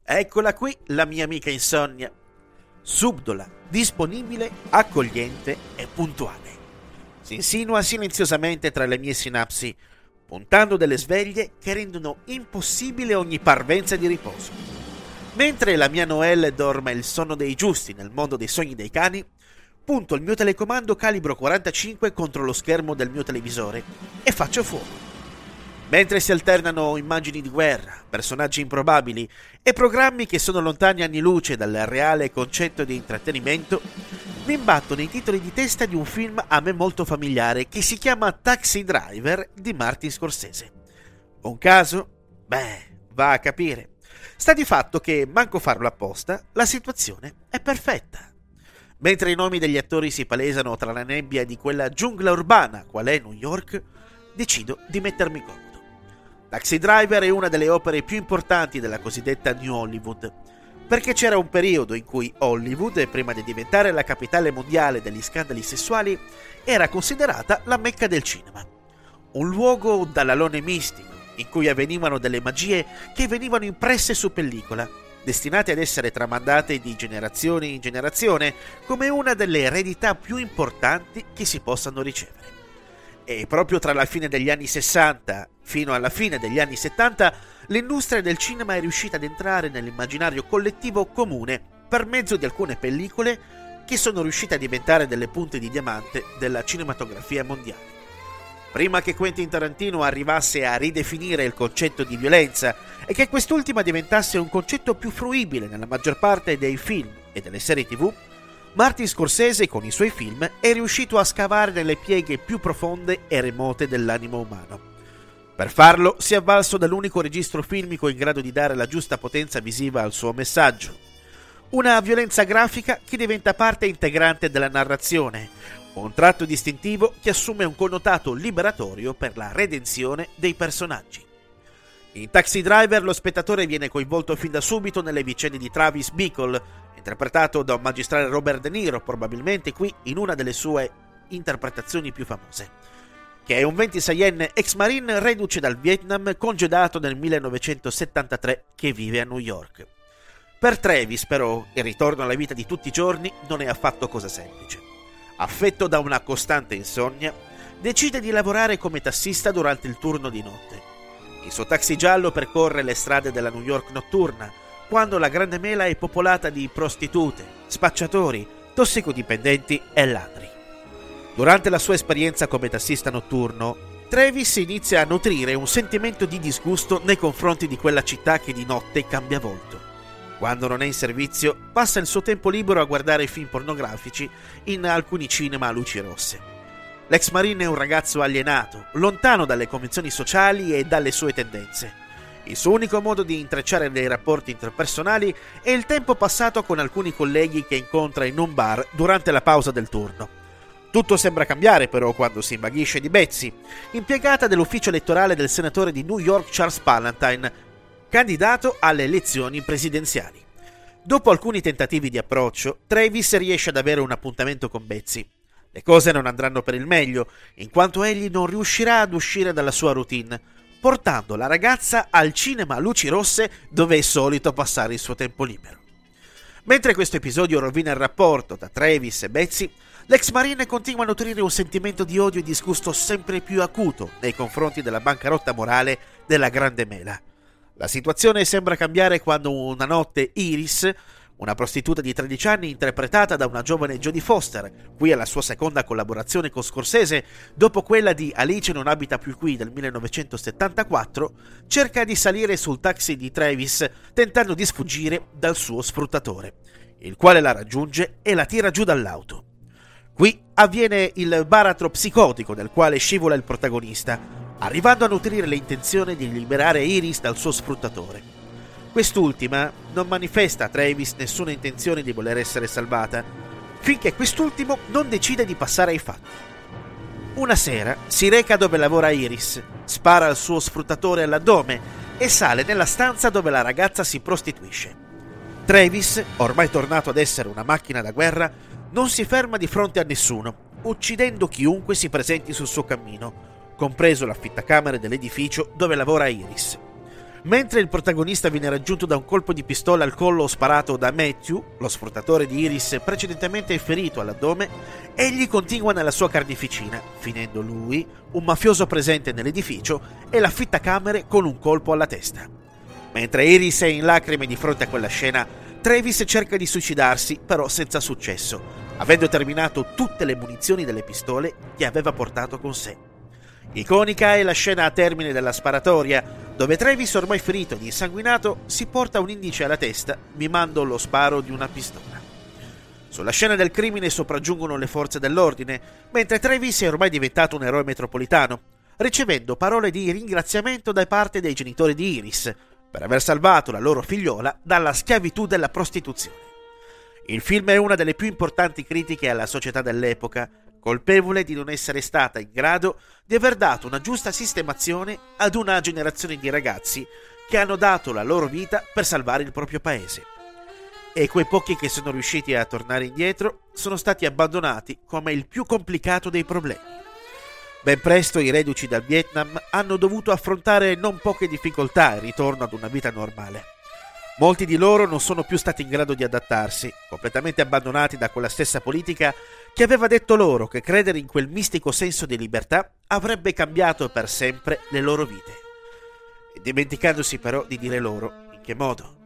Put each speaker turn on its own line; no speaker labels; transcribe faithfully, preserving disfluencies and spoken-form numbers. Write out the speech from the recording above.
Eccola qui la mia amica insonnia, subdola, disponibile, accogliente e puntuale. Si insinua silenziosamente tra le mie sinapsi, puntando delle sveglie che rendono impossibile ogni parvenza di riposo. Mentre la mia Noelle dorme il sonno dei giusti nel mondo dei sogni dei cani, punto il mio telecomando calibro quarantacinque contro lo schermo del mio televisore e faccio fuoco. Mentre si alternano immagini di guerra, personaggi improbabili e programmi che sono lontani anni luce dal reale concetto di intrattenimento, mi imbatto nei titoli di testa di un film a me molto familiare che si chiama Taxi Driver di Martin Scorsese. Un caso? Beh, va a capire. Sta di fatto che, manco farlo apposta, la situazione è perfetta. Mentre i nomi degli attori si palesano tra la nebbia di quella giungla urbana qual è New York, decido di mettermi comodo. Taxi Driver è una delle opere più importanti della cosiddetta New Hollywood, perché c'era un periodo in cui Hollywood, prima di diventare la capitale mondiale degli scandali sessuali, era considerata la Mecca del cinema. Un luogo dall'alone mistico, in cui avvenivano delle magie che venivano impresse su pellicola, destinate ad essere tramandate di generazione in generazione come una delle eredità più importanti che si possano ricevere. E proprio tra la fine degli anni sessanta fino alla fine degli anni settanta, l'industria del cinema è riuscita ad entrare nell'immaginario collettivo comune per mezzo di alcune pellicole che sono riuscite a diventare delle punte di diamante della cinematografia mondiale. Prima che Quentin Tarantino arrivasse a ridefinire il concetto di violenza e che quest'ultima diventasse un concetto più fruibile nella maggior parte dei film e delle serie tivù, Martin Scorsese con i suoi film è riuscito a scavare nelle pieghe più profonde e remote dell'animo umano. Per farlo si è avvalso dall'unico registro filmico in grado di dare la giusta potenza visiva al suo messaggio. Una violenza grafica che diventa parte integrante della narrazione, un tratto distintivo che assume un connotato liberatorio per la redenzione dei personaggi. In Taxi Driver lo spettatore viene coinvolto fin da subito nelle vicende di Travis Bickle, interpretato da un magistrale Robert De Niro, probabilmente qui in una delle sue interpretazioni più famose, che è un ventiseienne ex marine reduce dal Vietnam, congedato nel millenovecentosettantatré, che vive a New York. Per Travis, però, il ritorno alla vita di tutti i giorni non è affatto cosa semplice. Affetto da una costante insonnia, decide di lavorare come tassista durante il turno di notte. Il suo taxi giallo percorre le strade della New York notturna, quando la Grande Mela è popolata di prostitute, spacciatori, tossicodipendenti e ladri. Durante la sua esperienza come tassista notturno, Travis inizia a nutrire un sentimento di disgusto nei confronti di quella città che di notte cambia volto. Quando non è in servizio, passa il suo tempo libero a guardare film pornografici in alcuni cinema a luci rosse. L'ex marine è un ragazzo alienato, lontano dalle convenzioni sociali e dalle sue tendenze. Il suo unico modo di intrecciare dei rapporti interpersonali è il tempo passato con alcuni colleghi che incontra in un bar durante la pausa del turno. Tutto sembra cambiare però quando si invaghisce di Betsy, impiegata dell'ufficio elettorale del senatore di New York Charles Palantine, candidato alle elezioni presidenziali. Dopo alcuni tentativi di approccio, Travis riesce ad avere un appuntamento con Betsy. Le cose non andranno per il meglio, in quanto egli non riuscirà ad uscire dalla sua routine, portando la ragazza al cinema a luci rosse dove è solito passare il suo tempo libero. Mentre questo episodio rovina il rapporto tra Travis e Betsy, l'ex marine continua a nutrire un sentimento di odio e disgusto sempre più acuto nei confronti della bancarotta morale della Grande Mela. La situazione sembra cambiare quando una notte Iris, una prostituta di tredici anni interpretata da una giovane Jodie Foster, qui è la sua seconda collaborazione con Scorsese, dopo quella di Alice non abita più qui del millenovecentosettantaquattro, cerca di salire sul taxi di Travis tentando di sfuggire dal suo sfruttatore, il quale la raggiunge e la tira giù dall'auto. Qui avviene il baratro psicotico nel quale scivola il protagonista, arrivando a nutrire le intenzioni di liberare Iris dal suo sfruttatore. Quest'ultima non manifesta a Travis nessuna intenzione di voler essere salvata, finché quest'ultimo non decide di passare ai fatti. Una sera si reca dove lavora Iris, spara al suo sfruttatore all'addome e sale nella stanza dove la ragazza si prostituisce. Travis, ormai tornato ad essere una macchina da guerra, non si ferma di fronte a nessuno, uccidendo chiunque si presenti sul suo cammino, compreso l'affittacamere dell'edificio dove lavora Iris. Mentre il protagonista viene raggiunto da un colpo di pistola al collo sparato da Matthew, lo sfruttatore di Iris precedentemente ferito all'addome, egli continua nella sua carneficina, finendo lui, un mafioso presente nell'edificio, e l'affittacamere con un colpo alla testa. Mentre Iris è in lacrime di fronte a quella scena, Travis cerca di suicidarsi, però senza successo, avendo terminato tutte le munizioni delle pistole che aveva portato con sé. Iconica è la scena a termine della sparatoria, dove Travis, ormai ferito ed insanguinato, si porta un indice alla testa, mimando lo sparo di una pistola. Sulla scena del crimine sopraggiungono le forze dell'ordine, mentre Travis è ormai diventato un eroe metropolitano, ricevendo parole di ringraziamento da parte dei genitori di Iris per aver salvato la loro figliola dalla schiavitù della prostituzione. Il film è una delle più importanti critiche alla società dell'epoca, colpevole di non essere stata in grado di aver dato una giusta sistemazione ad una generazione di ragazzi che hanno dato la loro vita per salvare il proprio paese. E quei pochi che sono riusciti a tornare indietro sono stati abbandonati come il più complicato dei problemi. Ben presto i reduci dal Vietnam hanno dovuto affrontare non poche difficoltà il ritorno ad una vita normale. Molti di loro non sono più stati in grado di adattarsi, completamente abbandonati da quella stessa politica che aveva detto loro che credere in quel mistico senso di libertà avrebbe cambiato per sempre le loro vite, e dimenticandosi però di dire loro in che modo.